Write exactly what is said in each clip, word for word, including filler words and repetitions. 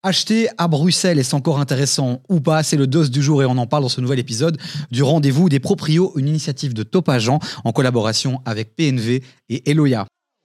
Acheter à Bruxelles, est-ce encore intéressant ou pas? C'est le dos du jour et on en parle dans ce nouvel épisode du Rendez-vous des Proprios, une initiative de Topagent en collaboration avec P N V et Eloya.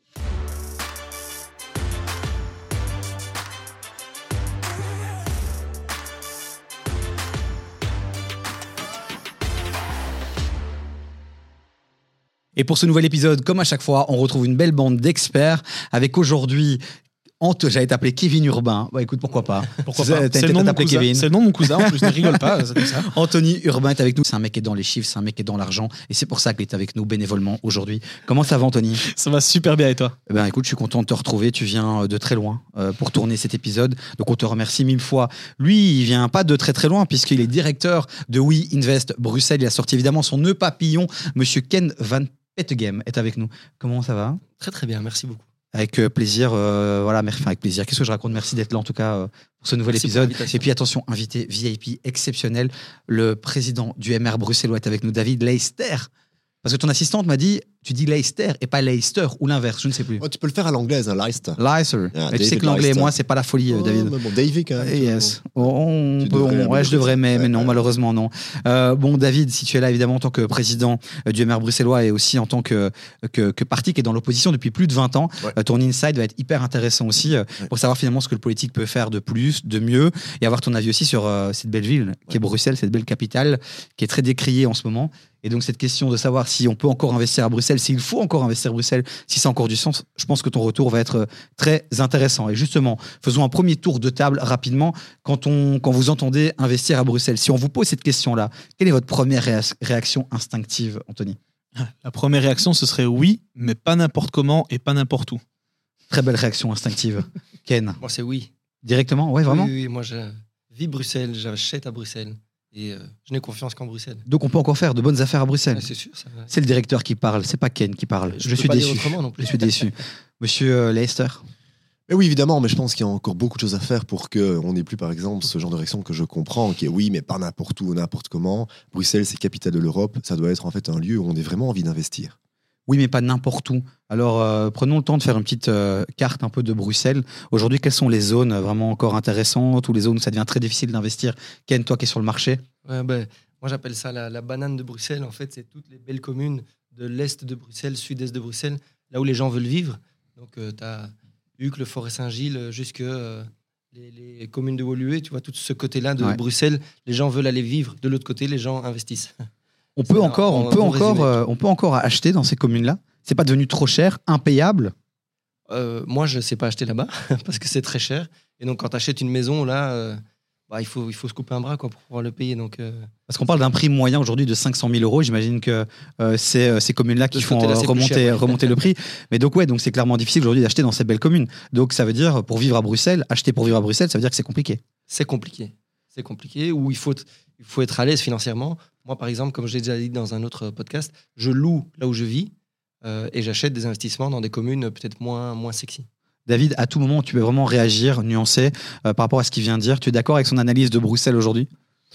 Et pour ce nouvel épisode, comme à chaque fois, on retrouve une belle bande d'experts avec aujourd'hui... Ante, j'allais t'appeler Kevin Urbain. Bah écoute, pourquoi pas. Pourquoi pas. C'est le nom de mon cousin. Kevin. C'est le nom de mon cousin. En plus, ne rigole pas. C'est comme ça. Anthony Urbain est avec nous. C'est un mec qui est dans les chiffres, c'est un mec qui est dans l'argent, et c'est pour ça qu'il est avec nous bénévolement aujourd'hui. Comment ça va, Anthony? Ça va super bien, et toi? Eh ben écoute, je suis content de te retrouver. Tu viens de très loin euh, pour tourner cet épisode, donc on te remercie mille fois. Lui, il vient pas de très très loin puisqu'il est directeur de We Invest Bruxelles. Il a sorti évidemment son nœud papillon. Monsieur Ken Van Petegem est avec nous. Comment ça va? Très très bien, merci beaucoup. Avec plaisir, euh, voilà, enfin avec plaisir. Qu'est-ce que je raconte? Merci d'être là en tout cas euh, pour ce nouvel Merci épisode. pour Et puis attention, invité V I P exceptionnel, le président du M R bruxellois est avec nous, David Leister. Parce que ton assistante m'a dit, tu dis Leicester et pas Leicester ou l'inverse, je ne sais plus. Oh, tu peux le faire à l'anglaise, hein, Leicester. Leicester. Yeah, mais tu sais que l'anglais et moi, c'est pas la folie, oh, David. Mais bon, David, quand même. Yes. On Tu peut, devrais on, ouais, je devrais, mais, ouais, mais non, ouais. malheureusement, non. Euh, bon, David, si tu es là, évidemment, en tant que président du M R bruxellois et aussi en tant que, que, que parti qui est dans l'opposition depuis plus de vingt ans, Ouais. euh, ton insight va être hyper intéressant aussi euh, Ouais. pour savoir finalement ce que le politique peut faire de plus, de mieux, et avoir ton avis aussi sur euh, cette belle ville qui est Bruxelles, cette belle capitale qui est très décriée en ce moment. Et donc, cette question de savoir si on peut encore investir à Bruxelles, s'il faut encore investir à Bruxelles, si ça a encore du sens, je pense que ton retour va être très intéressant. Et justement, faisons un premier tour de table rapidement. Quand, on, quand vous entendez investir à Bruxelles, si on vous pose cette question-là, quelle est votre première réa- réaction instinctive, Anthony? La première réaction, ce serait oui, mais pas n'importe comment et pas n'importe où. Très belle réaction instinctive. Ken? Moi c'est oui. Directement? Ouais, vraiment? Oui, oui, oui, moi je vis Bruxelles, j'achète à Bruxelles et euh, je n'ai confiance qu'en Bruxelles. Donc, on peut encore faire de bonnes affaires à Bruxelles. Ouais, c'est sûr. Ça va. C'est le directeur qui parle, c'est pas Ken qui parle. Je, peux suis pas dire déçu. autrement non plus. Je suis déçu. Monsieur euh, Leicester? Mais oui, évidemment, mais je pense qu'il y a encore beaucoup de choses à faire pour qu'on n'ait plus, par exemple, ce genre de réaction que je comprends, qui est oui, mais pas n'importe où, n'importe comment. Bruxelles, c'est capitale de l'Europe. Ça doit être en fait un lieu où on a vraiment envie d'investir. Oui, mais pas n'importe où. Alors, euh, prenons le temps de faire une petite euh, carte un peu de Bruxelles. Aujourd'hui, quelles sont les zones vraiment encore intéressantes ou les zones où ça devient très difficile d'investir? Ken, toi qui es sur le marché. Ouais, ben, moi j'appelle ça la, la banane de Bruxelles. En fait, c'est toutes les belles communes de l'est de Bruxelles, sud-est de Bruxelles, là où les gens veulent vivre. Donc euh, tu as Uccle, Forêt-Saint-Gilles, jusque euh, les, les communes de Woluwe, tu vois, tout ce côté-là de Ouais. Bruxelles, les gens veulent aller vivre. De l'autre côté, les gens investissent. On peut C'est encore, un- on un peut bon encore, résumé. euh, on peut encore acheter dans ces communes-là. C'est pas devenu trop cher, impayable. Euh, moi, je ne sais pas acheter là-bas parce que c'est très cher. Et donc, quand tu achètes une maison, là, euh, bah, il, faut, il faut se couper un bras quoi, pour pouvoir le payer. Donc, euh, Parce qu'on parle d'un prix moyen aujourd'hui de cinq cent mille euros. J'imagine que euh, c'est euh, ces communes-là qui De ce font côté-là, euh, c'est plus remonter, cher, ouais. remonter le prix. Mais donc, ouais, donc c'est clairement difficile aujourd'hui d'acheter dans ces belles communes. Donc, ça veut dire, pour vivre à Bruxelles, acheter pour vivre à Bruxelles, ça veut dire que c'est compliqué. c'est compliqué. C'est compliqué. Ou il faut, il faut être à l'aise financièrement. Moi, par exemple, comme je l'ai déjà dit dans un autre podcast, je loue là où je vis euh, et j'achète des investissements dans des communes peut-être moins, moins sexy. David, à tout moment, tu peux vraiment réagir, nuancer euh, par rapport à ce qu'il vient de dire. Tu es d'accord avec son analyse de Bruxelles aujourd'hui?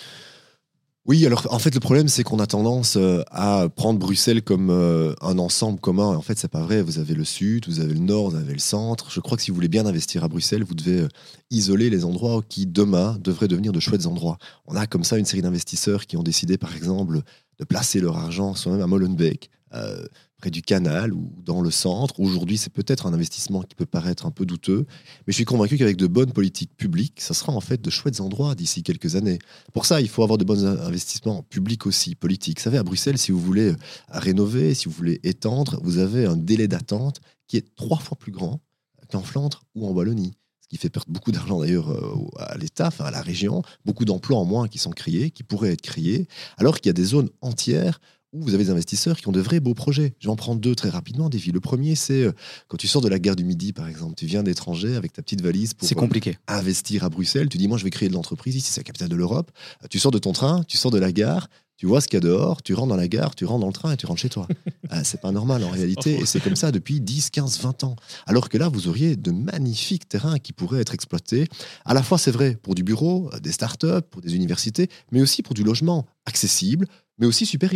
Oui, alors en fait, le problème, c'est qu'on a tendance euh, à prendre Bruxelles comme euh, un ensemble commun. Et en fait, c'est pas vrai. Vous avez le sud, vous avez le nord, vous avez le centre. Je crois que si vous voulez bien investir à Bruxelles, vous devez euh, isoler les endroits qui, demain, devraient devenir de chouettes endroits. On a comme ça une série d'investisseurs qui ont décidé, par exemple, de placer leur argent soi-même à Molenbeek, euh, près du canal ou dans le centre. Aujourd'hui, c'est peut-être un investissement qui peut paraître un peu douteux, mais je suis convaincu qu'avec de bonnes politiques publiques, ça sera en fait de chouettes endroits d'ici quelques années. Pour ça, il faut avoir de bons investissements publics aussi, politiques. Vous savez, à Bruxelles, si vous voulez rénover, si vous voulez étendre, vous avez un délai d'attente qui est trois fois plus grand qu'en Flandre ou en Wallonie. Ce qui fait perdre beaucoup d'argent d'ailleurs euh, à l'État, enfin à la région, beaucoup d'emplois en moins qui sont créés, qui pourraient être créés, alors qu'il y a des zones entières où vous avez des investisseurs qui ont de vrais beaux projets. Je vais en prendre deux très rapidement, Davy. Le premier, c'est euh, quand tu sors de la gare du Midi, par exemple. Tu viens d'étranger avec ta petite valise pour C'est compliqué. euh, investir à Bruxelles. Tu dis, moi, je vais créer de l'entreprise ici, c'est la capitale de l'Europe. Euh, Tu sors de ton train, tu sors de la gare, tu vois ce qu'il y a dehors, tu rentres dans la gare, tu rentres dans le train et tu rentres chez toi. euh, c'est pas normal en réalité. Et c'est comme ça depuis dix, quinze, vingt ans. Alors que là, vous auriez de magnifiques terrains qui pourraient être exploités. À la fois, c'est vrai, pour du bureau, euh, des startups, pour des universités, mais aussi pour du logement accessible, mais aussi supérieur. Je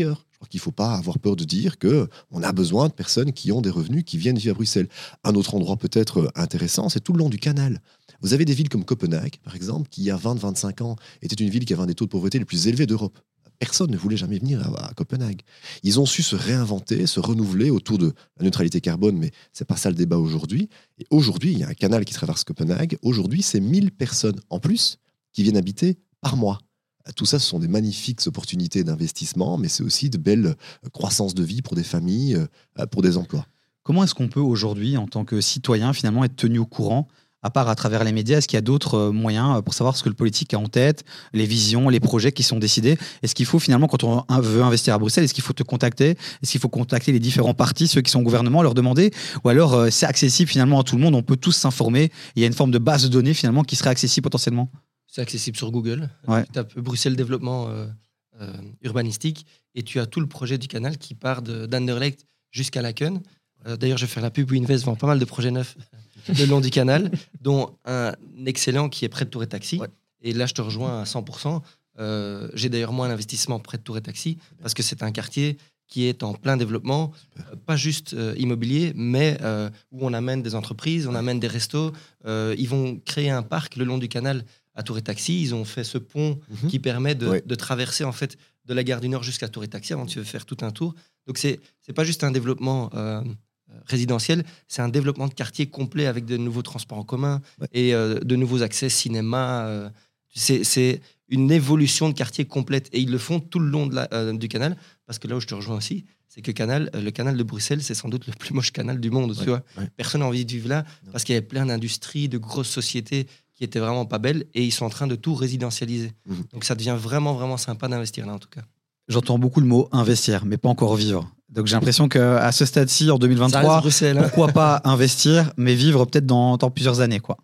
Donc il ne faut pas avoir peur de dire qu'on a besoin de personnes qui ont des revenus, qui viennent vivre à Bruxelles. Un autre endroit peut-être intéressant, c'est tout le long du canal. Vous avez des villes comme Copenhague, par exemple, qui il y a vingt à vingt-cinq ans était une ville qui avait un des taux de pauvreté les plus élevés d'Europe. Personne ne voulait jamais venir à, à Copenhague. Ils ont su se réinventer, se renouveler autour de la neutralité carbone, mais ce n'est pas ça le débat aujourd'hui. Et aujourd'hui, il y a un canal qui traverse Copenhague. Aujourd'hui, c'est mille personnes en plus qui viennent habiter par mois. Tout ça, ce sont des magnifiques opportunités d'investissement, mais c'est aussi de belles croissances de vie pour des familles, pour des emplois. Comment est-ce qu'on peut aujourd'hui, en tant que citoyen, finalement être tenu au courant, à part à travers les médias? Est-ce qu'il y a d'autres moyens pour savoir ce que le politique a en tête, les visions, les projets qui sont décidés? Est-ce qu'il faut finalement, quand on veut investir à Bruxelles, est-ce qu'il faut te contacter? Est-ce qu'il faut contacter les différents partis, ceux qui sont au gouvernement, leur demander? Ou alors euh, c'est accessible finalement à tout le monde, on peut tous s'informer, il y a une forme de base de données finalement qui serait accessible potentiellement? C'est accessible sur Google. Ouais. Tu tapes Bruxelles développement euh, euh, urbanistique et tu as tout le projet du canal qui part de- d'Anderlecht jusqu'à Laken. Euh, D'ailleurs, je vais faire la pub où Invest vend pas mal de projets neufs le long du canal, dont un excellent qui est près de Tour et Taxi. Ouais. Et là, je te rejoins à cent pour cent. Euh, J'ai d'ailleurs moi un investissement près de Tour et Taxi parce que c'est un quartier qui est en plein développement, euh, pas juste euh, immobilier, mais euh, où on amène des entreprises, on amène des restos. Euh, ils vont créer un parc le long du canal à Tour et Taxi. Ils ont fait ce pont Mhm. qui permet de, Ouais. de traverser en fait de la gare du Nord jusqu'à Tour et Taxi avant de faire tout un tour. Donc c'est c'est pas juste un développement euh, résidentiel, c'est un développement de quartier complet avec de nouveaux transports en commun Ouais. et euh, de nouveaux accès cinéma. euh, c'est c'est une évolution de quartier complète et ils le font tout le long de la- euh, du canal parce que là où je te rejoins aussi, c'est que le canal, euh, le canal de Bruxelles, c'est sans doute le plus moche canal du monde. Ouais, Tu vois, ouais. personne n'a envie de vivre là Non. parce qu'il y avait plein d'industries, de grosses sociétés qui étaient vraiment pas belles et ils sont en train de tout résidentialiser. Mhm. Donc ça devient vraiment vraiment sympa d'investir là en tout cas. J'entends beaucoup le mot investir, mais pas encore vivre. Donc j'ai l'impression qu'à ce stade-ci, en deux mille Ça reste vingt-trois, Bruxelles. hein. pourquoi pas investir, mais vivre peut-être dans, dans plusieurs années, quoi.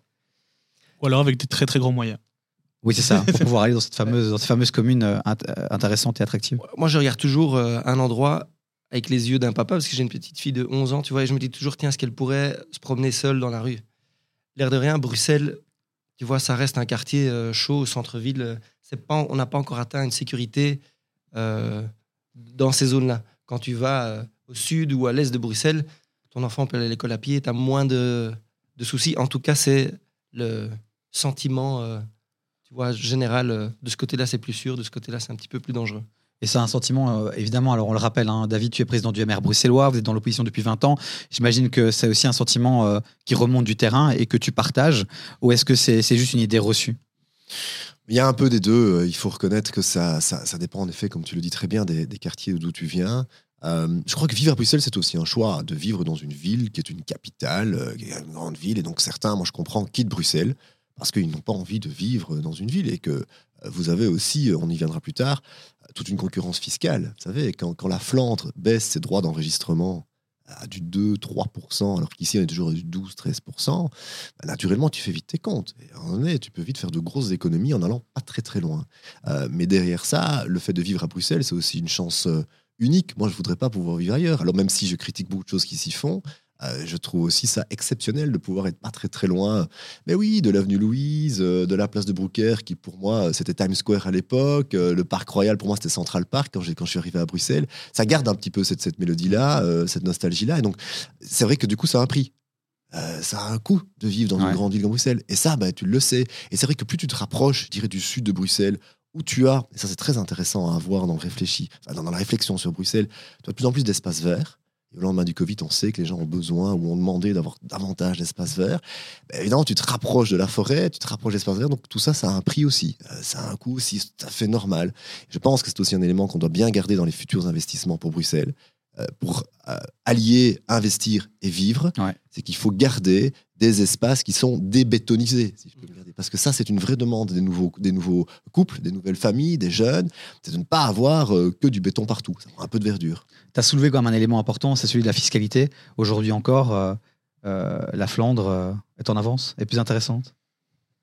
Ou alors avec des très très grands moyens. Oui, c'est ça, pour pouvoir aller dans cette fameuse, dans cette fameuse commune euh, int- euh, intéressante et attractive. Moi, je regarde toujours euh, un endroit avec les yeux d'un papa parce que j'ai une petite fille de onze ans, tu vois, et je me dis toujours, tiens, est-ce qu'elle pourrait se promener seule dans la rue? L'air de rien, Bruxelles, tu vois, ça reste un quartier euh, chaud au centre-ville. C'est pas, on n'a pas encore atteint une sécurité euh, dans ces zones-là. Quand tu vas euh, au sud ou à l'est de Bruxelles, ton enfant peut aller à l'école à pied, tu as moins de, de soucis. En tout cas, c'est le sentiment euh, tu vois, général. euh, de ce côté-là, c'est plus sûr. De ce côté-là, c'est un petit peu plus dangereux. Et c'est un sentiment, euh, évidemment, alors on le rappelle, hein, David, tu es président du M R bruxellois, vous êtes dans l'opposition depuis vingt ans. J'imagine que c'est aussi un sentiment euh, qui remonte du terrain et que tu partages, ou est-ce que c'est c'est juste une idée reçue? Il y a un peu des deux. Il faut reconnaître que ça, ça, ça dépend en effet, comme tu le dis très bien, des, des quartiers d'où tu viens. Euh, je crois que vivre à Bruxelles, c'est aussi un choix de vivre dans une ville qui est une capitale, euh, qui est une grande ville. Et donc certains, moi je comprends, quittent Bruxelles parce qu'ils n'ont pas envie de vivre dans une ville et que euh, vous avez aussi, on y viendra plus tard, toute une concurrence fiscale. Vous savez, quand, quand la Flandre baisse ses droits d'enregistrement à du deux à trois pour cent, alors qu'ici on est toujours à du douze à treize pour cent, bah, naturellement tu fais vite tes comptes. Et à un moment donné, tu peux vite faire de grosses économies en allant pas très très loin. Euh, mais derrière ça, le fait de vivre à Bruxelles, c'est aussi une chance euh, unique. Moi, je voudrais pas pouvoir vivre ailleurs. Alors même si je critique beaucoup de choses qui s'y font, euh, je trouve aussi ça exceptionnel de pouvoir être pas très très loin. Mais oui, de l'avenue Louise, euh, de la place de Broucker, qui pour moi c'était Times Square à l'époque, euh, le Parc Royal pour moi c'était Central Park quand, j'ai, quand je suis arrivé à Bruxelles. Ça garde un petit peu cette, cette mélodie-là, euh, cette nostalgie-là. Et donc c'est vrai que du coup ça a un prix. Euh, ça a un coût de vivre dans Ouais. une grande ville comme Bruxelles. Et ça, bah, tu le sais. Et c'est vrai que plus tu te rapproches, je dirais, du sud de Bruxelles, où tu as, et ça c'est très intéressant à avoir dans le réfléchi, enfin, dans, dans la réflexion sur Bruxelles, tu as de plus en plus d'espaces verts. Et au lendemain du Covid, on sait que les gens ont besoin ou ont demandé d'avoir davantage d'espaces verts. Ben, évidemment, tu te rapproches de la forêt, tu te rapproches d'espaces verts, donc tout ça, ça a un prix aussi. Euh, ça a un coût aussi, c'est tout à fait normal. Je pense que c'est aussi un élément qu'on doit bien garder dans les futurs investissements pour Bruxelles. Euh, pour euh, allier, investir et vivre, Ouais. c'est qu'il faut garder des espaces qui sont débétonisés, si je peux le garder. Parce que ça, c'est une vraie demande des nouveaux, des nouveaux couples, des nouvelles familles, des jeunes, c'est de ne pas avoir euh, que du béton partout. Ça prend un peu de verdure. Tu as soulevé quand même un élément important, c'est celui de la fiscalité. Aujourd'hui encore, euh, euh, la Flandre euh, est en avance, est plus intéressante.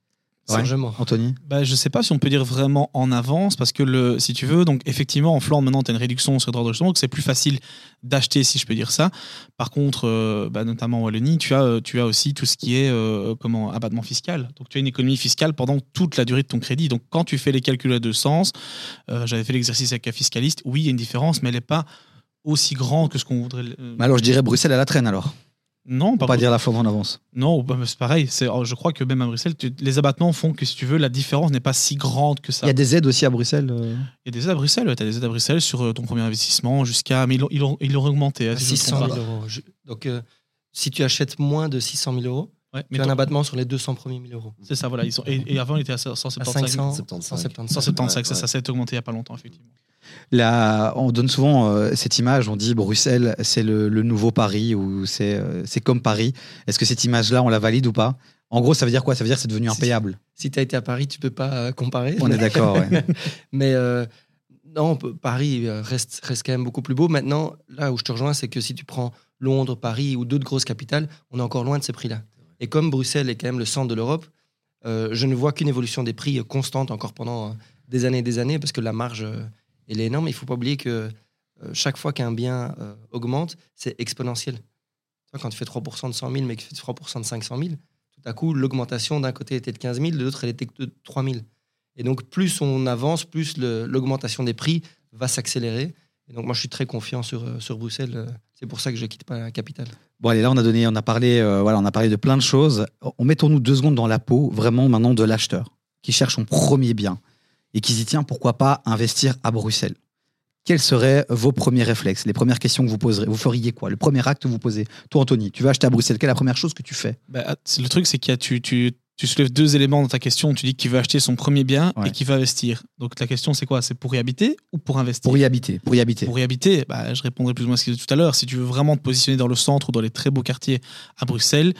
Ouais. Largement. Anthony? Bah, je sais pas si on peut dire vraiment en avance, parce que le, si tu veux, donc effectivement, en Flandre, maintenant, tu as une réduction sur le droit de logement, donc c'est plus facile d'acheter, si je peux dire ça. Par contre, euh, bah, notamment en Wallonie, tu as, tu as aussi tout ce qui est euh, comment, abattement fiscal. Donc, tu as une économie fiscale pendant toute la durée de ton crédit. Donc, quand tu fais les calculs à deux sens, euh, j'avais fait l'exercice avec un fiscaliste, oui, il y a une différence, mais elle n'est pas aussi grande que ce qu'on voudrait. Euh... Mais alors, je dirais Bruxelles à la traîne, alors. Non, Pas, pas, pas dire la Flandre en avance. Non, bah, c'est pareil. C'est, je crois que même à Bruxelles, tu, les abattements font que, si tu veux, la différence n'est pas si grande que ça. Il y a des aides aussi à Bruxelles. euh... Il y a des aides à Bruxelles, ouais, tu as des aides à Bruxelles sur euh, ton premier investissement jusqu'à. Mais ils l'ont, ils l'ont, ils l'ont augmenté. Hein, si je me six cent trompe mille pas. euros. Je- Donc, euh, si tu achètes moins de six cent mille euros, Ouais, tu mais as un ton- abattement sur les deux cents premiers mille euros. C'est ça, voilà. Ils sont, et, et avant, il était à cent À soixante-quinze. cinq cents, soixante-quinze. cent soixante-quinze. cent soixante-quinze, Ouais, ça, ouais. ça s'est augmenté il n'y a pas longtemps, effectivement. Là, on donne souvent euh, cette image, on dit Bruxelles, c'est le, le nouveau Paris, ou c'est, euh, c'est comme Paris. Est-ce que cette image-là, on la valide ou pas? En gros, ça veut dire quoi? Ça veut dire que c'est devenu impayable. Si tu as été à Paris, tu peux pas euh, comparer. On est d'accord, ouais. Mais euh, non, p- Paris euh, reste, reste quand même beaucoup plus beau. Maintenant, là où je te rejoins, c'est que si tu prends Londres, Paris ou d'autres grosses capitales, on est encore loin de ces prix-là. Et comme Bruxelles est quand même le centre de l'Europe, euh, je ne vois qu'une évolution des prix euh, constante encore pendant euh, des années et des années, parce que la marge, euh, elle est énorme. Il ne faut pas oublier que euh, chaque fois qu'un bien euh, augmente, c'est exponentiel. Tu vois, quand tu fais trois pour cent de cent mille, mais que tu fais trois pour cent de cinq cent mille, tout à coup, l'augmentation d'un côté était de quinze mille, de l'autre, elle était de trois mille. Et donc, plus on avance, plus le- l'augmentation des prix va s'accélérer. Et donc, moi, je suis très confiant sur, euh, sur Bruxelles. Euh, C'est pour ça que je ne quitte pas la capitale. Bon, allez, là, on a donné, on a parlé, euh, voilà, on a parlé de plein de choses. On mettons-nous deux secondes dans la peau, vraiment, maintenant, de l'acheteur qui cherche son premier bien et qui se dit, tiens, pourquoi pas investir à Bruxelles? Quels seraient vos premiers réflexes, les premières questions que vous poserez? Vous feriez quoi? Le premier acte que vous posez? Toi, Anthony, tu vas acheter à Bruxelles, quelle est la première chose que tu fais? Bah, c'est- le truc, c'est qu'il y a, tu, tu, tu soulèves deux éléments dans ta question. Tu dis qu'il veut acheter son premier bien Ouais. et qu'il veut investir. Donc, la question, c'est quoi? C'est pour y habiter ou pour investir? Pour y habiter, pour y habiter. Pour y habiter, bah, je répondrai plus ou moins à ce que j'ai dit tout à l'heure. Si tu veux vraiment te positionner dans le centre ou dans les très beaux quartiers à Bruxelles,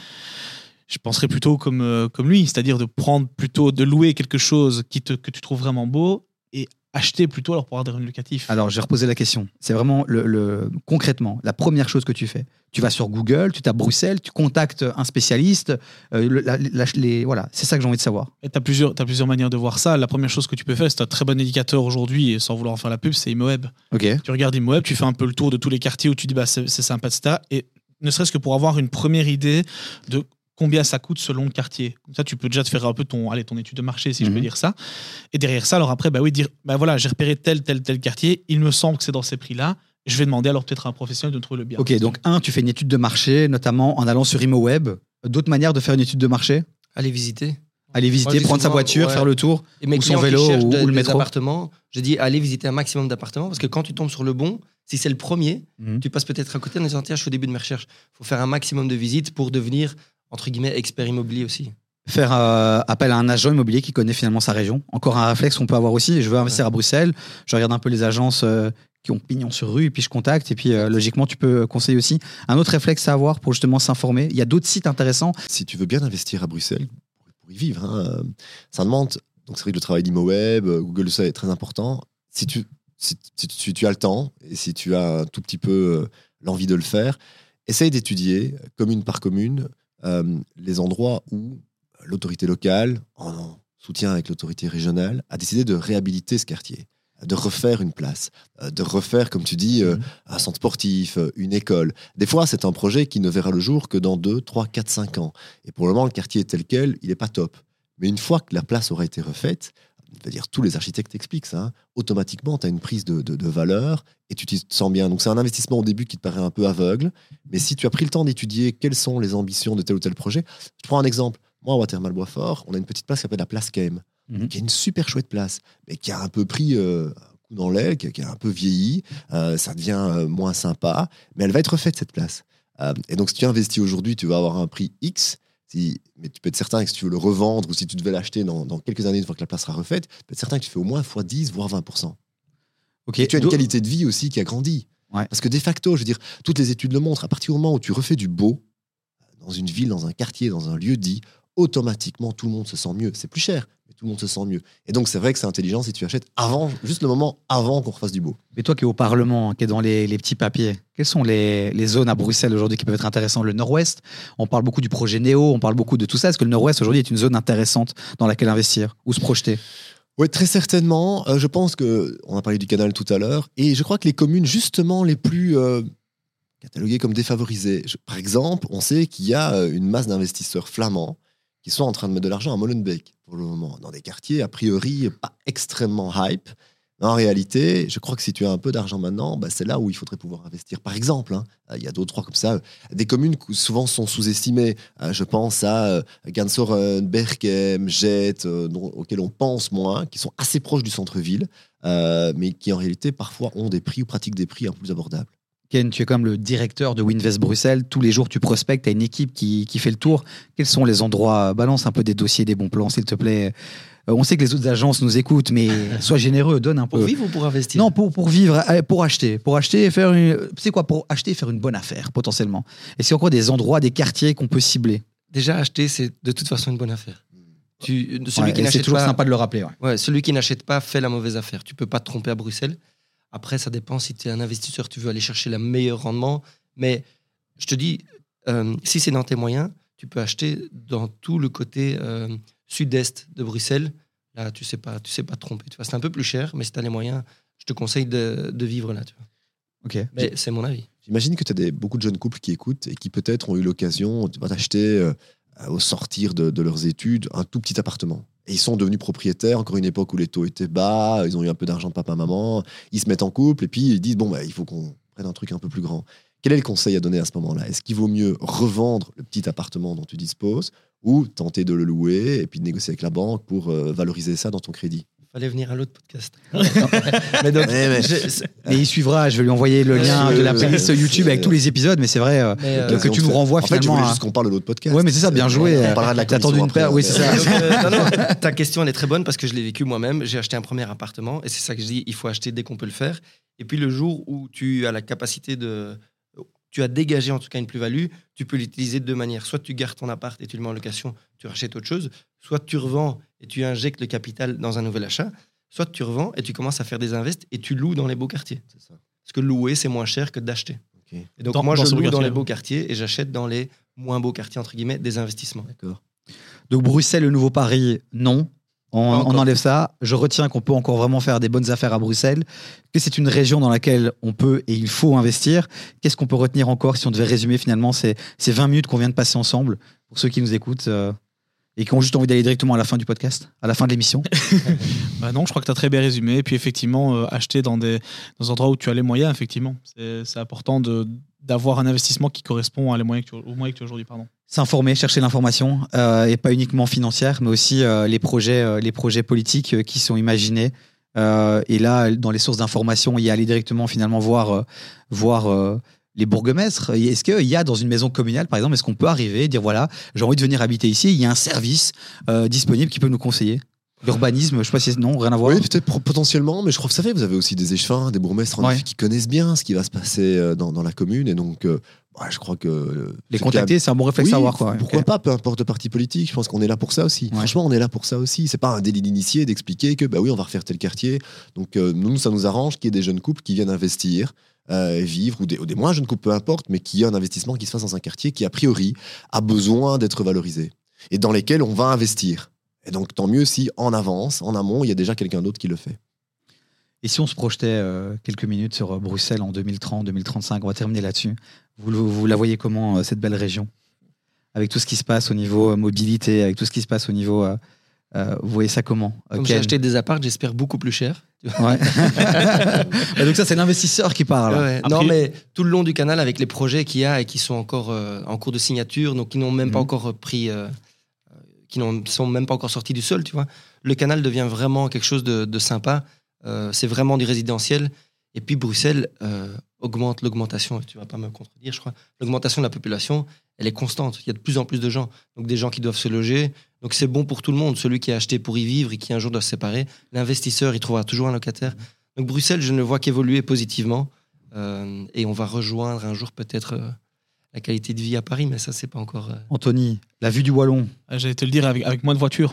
je penserais plutôt comme, euh, comme lui, c'est-à-dire de prendre plutôt, de louer quelque chose qui te, que tu trouves vraiment beau et acheter plutôt alors pour avoir des revenus locatifs. Alors, je vais reposer la question. C'est vraiment le, le- concrètement la première chose que tu fais. Tu vas sur Google, tu tapes Bruxelles, tu contactes un spécialiste. euh, le- la- la- les, voilà, c'est ça que j'ai envie de savoir. Tu as plusieurs, t'as plusieurs manières de voir ça. La première chose que tu peux faire, c'est un très bon indicateur aujourd'hui, et sans vouloir en faire la pub, c'est ImoWeb. Ok. Tu regardes ImoWeb, tu fais un peu le tour de tous les quartiers où tu dis bah, c'est, c'est sympa, et cetera. Et ne serait-ce que pour avoir une première idée de combien ça coûte selon le quartier. Comme ça, tu peux déjà te faire un peu ton, allez, ton étude de marché, si je Mhm. peux dire ça. Et derrière ça, alors après, bah oui, dire bah voilà, j'ai repéré tel, tel, tel quartier, il me semble que c'est dans ces prix-là. Je vais demander alors peut-être à un professionnel de me trouver le bien. Ok, donc un, tu fais une étude de marché, notamment en allant sur ImoWeb. D'autres manières de faire une étude de marché? Allez visiter. Aller Moi, visiter, je dis prendre sa souvent, voiture, ouais. faire le tour. Et mes Ou son clients vélo, qui cherchent ou- de- ou le des métro. appartements, je dis allez visiter un maximum d'appartements parce que quand tu tombes sur le bon, si c'est le premier, Mhm. tu passes peut-être à côté en disant tiens, je suis au début de mes recherches. Il faut faire un maximum de visites pour devenir, entre guillemets, expert immobilier aussi. Faire euh, appel à un agent immobilier qui connaît finalement sa région. Encore un réflexe qu'on peut avoir aussi. Je veux investir à Bruxelles. Je regarde un peu les agences euh, qui ont pignon sur rue et puis je contacte. Et puis euh, logiquement, tu peux conseiller aussi. Un autre réflexe à avoir pour justement s'informer. Il y a d'autres sites intéressants. Si tu veux bien investir à Bruxelles, pour y vivre, hein, euh, ça demande, donc c'est vrai que le travail d'ImoWeb, euh, Google, ça est très important. Si tu, si, si tu, tu as le temps et si tu as un tout petit peu euh, l'envie de le faire, essaye d'étudier, commune par commune, euh, les endroits où l'autorité locale, en soutien avec l'autorité régionale, a décidé de réhabiliter ce quartier, de refaire une place, euh, de refaire, comme tu dis, euh, un centre sportif, euh, une école. Des fois, c'est un projet qui ne verra le jour que dans deux, trois, quatre, cinq ans. Et pour le moment, le quartier est tel quel, il n'est pas top. Mais une fois que la place aura été refaite, c'est-à-dire tous les architectes expliquent ça, hein, automatiquement, tu as une prise de, de, de valeur et tu te sens bien. Donc c'est un investissement au début qui te paraît un peu aveugle, mais si tu as pris le temps d'étudier quelles sont les ambitions de tel ou tel projet, je prends un exemple. Moi, à Watermal-Boisfort, on a une petite place qui s'appelle la place Keim, Mhm. qui est une super chouette place, mais qui a un peu pris euh, un coup dans l'aile, qui, qui a un peu vieilli, euh, ça devient euh, moins sympa, mais elle va être refaite, cette place. Euh, et donc, si tu investis aujourd'hui, tu vas avoir un prix X, si, mais tu peux être certain que si tu veux le revendre ou si tu devais l'acheter dans, dans quelques années, une fois que la place sera refaite, tu peux être certain que tu fais au moins fois dix, voire vingt pour cent. Ok. Et tu as une Do- qualité de vie aussi qui a grandi. Ouais. Parce que de facto, je veux dire, toutes les études le montrent, à partir du moment où tu refais du beau, dans une ville, dans un quartier, dans un lieu dit, automatiquement, tout le monde se sent mieux. C'est plus cher, mais tout le monde se sent mieux. Et donc, c'est vrai que c'est intelligent si tu achètes avant, juste le moment avant qu'on refasse du beau. Mais toi qui es au Parlement, qui est dans les, les petits papiers, quelles sont les, les zones à Bruxelles aujourd'hui qui peuvent être intéressantes? Le Nord-Ouest, on parle beaucoup du projet Néo, on parle beaucoup de tout ça. Est-ce que le Nord-Ouest aujourd'hui est une zone intéressante dans laquelle investir ou se projeter? Oui, très certainement. Euh, je pense que on a parlé du canal tout à l'heure, et je crois que les communes justement les plus euh, cataloguées comme défavorisées. Je- par exemple, on sait qu'il y a euh, une masse d'investisseurs flamands qui sont en train de mettre de l'argent à Molenbeek pour le moment, dans des quartiers a priori pas extrêmement hype. Mais en réalité, je crois que si tu as un peu d'argent maintenant, bah, c'est là où il faudrait pouvoir investir. Par exemple, hein, euh, il y a d'autres, trois comme ça. Des communes qui souvent sont sous-estimées. Euh, je pense à euh, Gansoren, Berchem, Jette, euh, dont- auxquelles on pense moins, qui sont assez proches du centre-ville, euh, mais qui en réalité parfois ont des prix ou pratiquent des prix un peu plus abordables. Ken, tu es comme le directeur de Winvest Bruxelles. Tous les jours, tu prospectes, tu as une équipe qui, qui fait le tour. Quels sont les endroits? Balance un peu des dossiers, des bons plans, s'il te plaît. Euh, on sait que les autres agences nous écoutent, mais sois généreux, donne un Pour peu. vivre ou pour investir? Non, pour, pour vivre, euh, pour acheter. Pour acheter et faire une. C'est quoi? Pour acheter et faire une bonne affaire, potentiellement. Est-ce qu'il y a encore des endroits, des quartiers qu'on peut cibler? Déjà, acheter, c'est de toute façon une bonne affaire. Tu, celui Ouais, qui et c'est n'achète toujours pas, sympa de le rappeler. Ouais. ouais, celui qui n'achète pas fait la mauvaise affaire. Tu peux pas te tromper à Bruxelles. Après, ça dépend si tu es un investisseur, tu veux aller chercher le meilleur rendement. Mais je te dis, euh, si c'est dans tes moyens, tu peux acheter dans tout le côté euh, sud-est de Bruxelles. Là, tu sais pas, tu sais pas te tromper. Tu vois, c'est un peu plus cher, mais si tu as les moyens, je te conseille de, de vivre là. Tu vois. Ok. Mais c'est mon avis. J'imagine que tu as des, beaucoup de jeunes couples qui écoutent et qui peut-être ont eu l'occasion d'acheter, euh, au sortir de, de leurs études, un tout petit appartement. Et ils sont devenus propriétaires, encore une époque où les taux étaient bas, ils ont eu un peu d'argent de papa-maman, ils se mettent en couple et puis ils disent, bon, bah, il faut qu'on prenne un truc un peu plus grand. Quel est le conseil à donner à ce moment-là? Est-ce qu'il vaut mieux revendre le petit appartement dont tu disposes ou tenter de le louer et puis de négocier avec la banque pour euh, valoriser ça dans ton crédit? Fallait venir à l'autre podcast. mais donc, Ouais, mais- je- Et il suivra, je vais lui envoyer le Ouais, lien je- de la playlist je- YouTube avec je- tous les épisodes, mais c'est vrai euh, mais, euh, que, que tu nous renvoies En fait, je finalement voulais à... juste qu'on parle de l'autre podcast. Ouais, mais c'est ça, bien joué. On parlera de la T'as attendu commission une paire, après, oui, mais- c'est ça. Donc, euh, non, non, ta question, elle est très bonne parce que je l'ai vécu moi-même. J'ai acheté un premier appartement et c'est ça que je dis, il faut acheter dès qu'on peut le faire. Et puis le jour où tu as la capacité de... Tu as dégagé en tout cas une plus-value, tu peux l'utiliser de deux manières. Soit tu gardes ton appart et tu le mets en location, tu rachètes autre chose. Soit tu revends et tu injectes le capital dans un nouvel achat. Soit tu revends et tu commences à faire des invests et tu loues dans les beaux quartiers. C'est ça. Parce que louer, c'est moins cher que d'acheter. Ok. Et donc Dans- moi, dans je ce loue beau dans quartier, les beaux ouais. quartiers et j'achète dans les moins beaux quartiers, entre guillemets, des investissements. D'accord. Donc Bruxelles, le nouveau Paris, non. On, Pas on encore. enlève ça. Je retiens qu'on peut encore vraiment faire des bonnes affaires à Bruxelles, que c'est une région dans laquelle on peut et il faut investir. Qu'est-ce qu'on peut retenir encore si on devait résumer finalement ces, ces vingt minutes qu'on vient de passer ensemble, pour ceux qui nous écoutent euh, et qui ont juste envie d'aller directement à la fin du podcast, à la fin de l'émission? Bah non, je crois que tu as très bien résumé. Et puis effectivement, euh, acheter dans des, dans des endroits où tu as les moyens, effectivement. C'est c'est important de, d'avoir un investissement qui correspond à les moyens que tu, aux moyens que tu as aujourd'hui. Pardon. S'informer, chercher l'information, euh, et pas uniquement financière, mais aussi euh, les, projets, euh, les projets politiques euh, qui sont imaginés. Euh, et là, dans les sources d'information, y aller directement finalement voir, euh, voir euh, les bourgmestres. Est-ce qu'il y a dans une maison communale, par exemple, est-ce qu'on peut arriver et dire voilà, j'ai envie de venir habiter ici, il y a un service euh, disponible qui peut nous conseiller? L'urbanisme, je sais pas si c'est non, rien à voir. Oui, peut-être pro- potentiellement, mais je crois que vous savez, vous avez aussi des échevins, des bourgmestres en Ouais. effet, qui connaissent bien ce qui va se passer euh, dans, dans la commune. Et donc, euh, ouais, je crois que. euh, Les c'est contacter, c'est un bon réflexe Oui, à avoir. Quoi. pourquoi Ok. pas, peu importe le parti politique, je pense qu'on est là pour ça aussi. Ouais. Franchement, on est là pour ça aussi. C'est pas un délit d'initié d'expliquer que bah oui, on va refaire tel quartier. Donc euh, nous, ça nous arrange qu'il y ait des jeunes couples qui viennent investir, euh, vivre, ou des, ou des moins jeunes couples, peu importe, mais qu'il y ait un investissement qui se fasse dans un quartier qui, a priori, a besoin d'être valorisé et dans lesquels on va investir. Et donc, tant mieux si en avance, en amont, il y a déjà quelqu'un d'autre qui le fait. Et si on se projetait euh, quelques minutes sur euh, Bruxelles en deux mille trente, deux mille trente-cinq, on va terminer là-dessus. Vous, le- vous la voyez comment, euh, cette belle région? Avec tout ce qui se passe au niveau euh, mobilité, avec tout ce qui se passe au niveau... euh, euh, vous voyez ça comment? Euh, Comme j'ai Ken? acheté des apparts, j'espère beaucoup plus cher. Ouais. Bah, donc ça, c'est l'investisseur qui parle. Ouais. Après- Non, mais tout le long du canal, avec les projets qu'il y a et qui sont encore euh, en cours de signature, donc qui n'ont même pas Mhm. encore pris, euh, euh, qui n'ont sont même pas encore sortis du sol, tu vois. Le canal devient vraiment quelque chose de, de sympa. Euh, c'est vraiment du résidentiel. Et puis Bruxelles euh, augmente l'augmentation. Tu vas pas me contredire, je crois. L'augmentation de la population, elle est constante. Il y a de plus en plus de gens. Donc des gens qui doivent se loger. Donc c'est bon pour tout le monde. Celui qui a acheté pour y vivre et qui un jour doit se séparer, l'investisseur, il trouvera toujours un locataire. Donc Bruxelles, je ne vois qu'évoluer positivement. Euh, et on va rejoindre un jour peut-être euh, la qualité de vie à Paris, mais ça, c'est pas encore. euh, Anthony, la vue du Wallon. Ah, J'allais te le dire, avec, avec moins de voitures.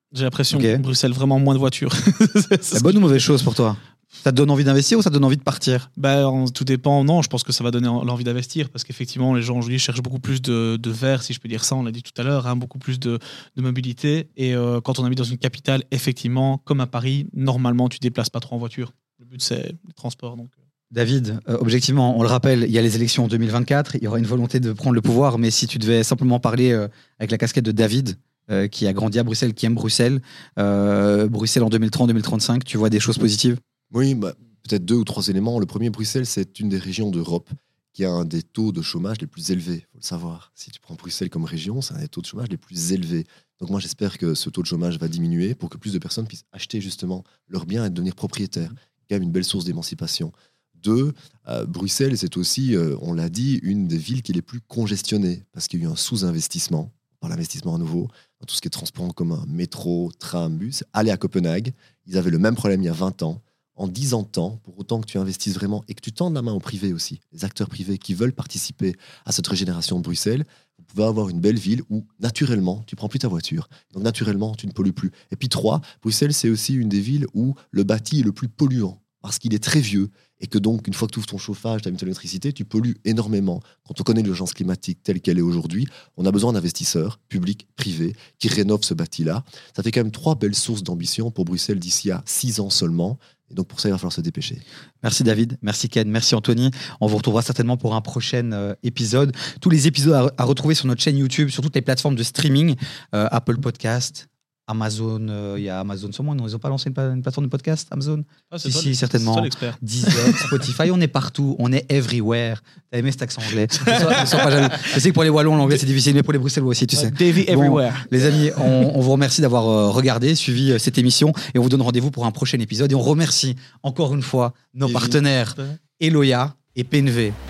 J'ai l'impression Ok. que Bruxelles, vraiment moins de voitures. C'est bonne ou mauvaise chose pour toi? Ça te donne envie d'investir ou ça te donne envie de partir? Bah, en- tout dépend. Non, je pense que ça va donner en- l'envie d'investir parce qu'effectivement, les gens aujourd'hui cherchent beaucoup plus de, de verre, si je peux dire ça. On l'a dit tout à l'heure, hein, beaucoup plus de, de mobilité. Et euh, quand on habite dans une capitale, effectivement, comme à Paris, normalement, tu déplaces pas trop en voiture. Le but, c'est les transports. Donc. David, euh, objectivement, on le rappelle, il y a les élections en deux mille vingt-quatre, il y aura une volonté de prendre le pouvoir, mais si tu devais simplement parler euh, avec la casquette de David, euh, qui a grandi à Bruxelles, qui aime Bruxelles, euh, Bruxelles en deux mille trente deux mille trente-cinq, tu vois des choses positives? Oui, bah, peut-être deux ou trois éléments. Le premier, Bruxelles, c'est une des régions d'Europe qui a un des taux de chômage les plus élevés. Il faut le savoir. Si tu prends Bruxelles comme région, c'est un des taux de chômage les plus élevés. Donc moi, j'espère que ce taux de chômage va diminuer pour que plus de personnes puissent acheter justement leurs biens et devenir propriétaires. C'est quand même une belle source d'émancipation. Deux, euh, Bruxelles, c'est aussi, euh, on l'a dit, une des villes qui est les plus congestionnées parce qu'il y a eu un sous-investissement, par l'investissement à nouveau, dans tout ce qui est transport en commun, métro, tram, bus. Allez à Copenhague, ils avaient le même problème il y a vingt ans. En dix ans de temps, pour autant que tu investisses vraiment et que tu tendes la main au privé aussi, les acteurs privés qui veulent participer à cette régénération de Bruxelles, vous pouvez avoir une belle ville où, naturellement, tu prends plus ta voiture. Donc, naturellement, tu ne pollues plus. Et puis, trois, Bruxelles, c'est aussi une des villes où le bâti est le plus polluant parce qu'il est très vieux et que donc, une fois que tu ouvres ton chauffage, tu as mis ton électricité, tu pollues énormément. Quand on connaît l'urgence climatique telle qu'elle est aujourd'hui, on a besoin d'investisseurs, publics, privés, qui rénovent ce bâti-là. Ça fait quand même trois belles sources d'ambition pour Bruxelles d'ici à six ans seulement. Et donc, pour ça, il va falloir se dépêcher. Merci David, merci Ken, merci Anthony. On vous retrouvera certainement pour un prochain euh, épisode. Tous les épisodes à, à retrouver sur notre chaîne YouTube, sur toutes les plateformes de streaming, euh, Apple Podcast, Amazon, euh, il y a Amazon sur moi, non, ils n'ont pas lancé une, pa- une plateforme de podcast, Amazon? Ah, Si, toi, si, le- certainement. c'est toi l'expert. Deezer, Spotify, on est partout, on est everywhere. T'as aimé cet accent anglais? Ne sois- ne sois pas jaloux. Je sais que pour les Wallons, l'anglais c'est difficile, mais pour les Bruxellois aussi, tu sais. Davy Bon, everywhere. Les amis, on, on vous remercie d'avoir euh, regardé, suivi euh, cette émission et on vous donne rendez-vous pour un prochain épisode. Et on remercie encore une fois nos Davy. partenaires Eloya et P N V.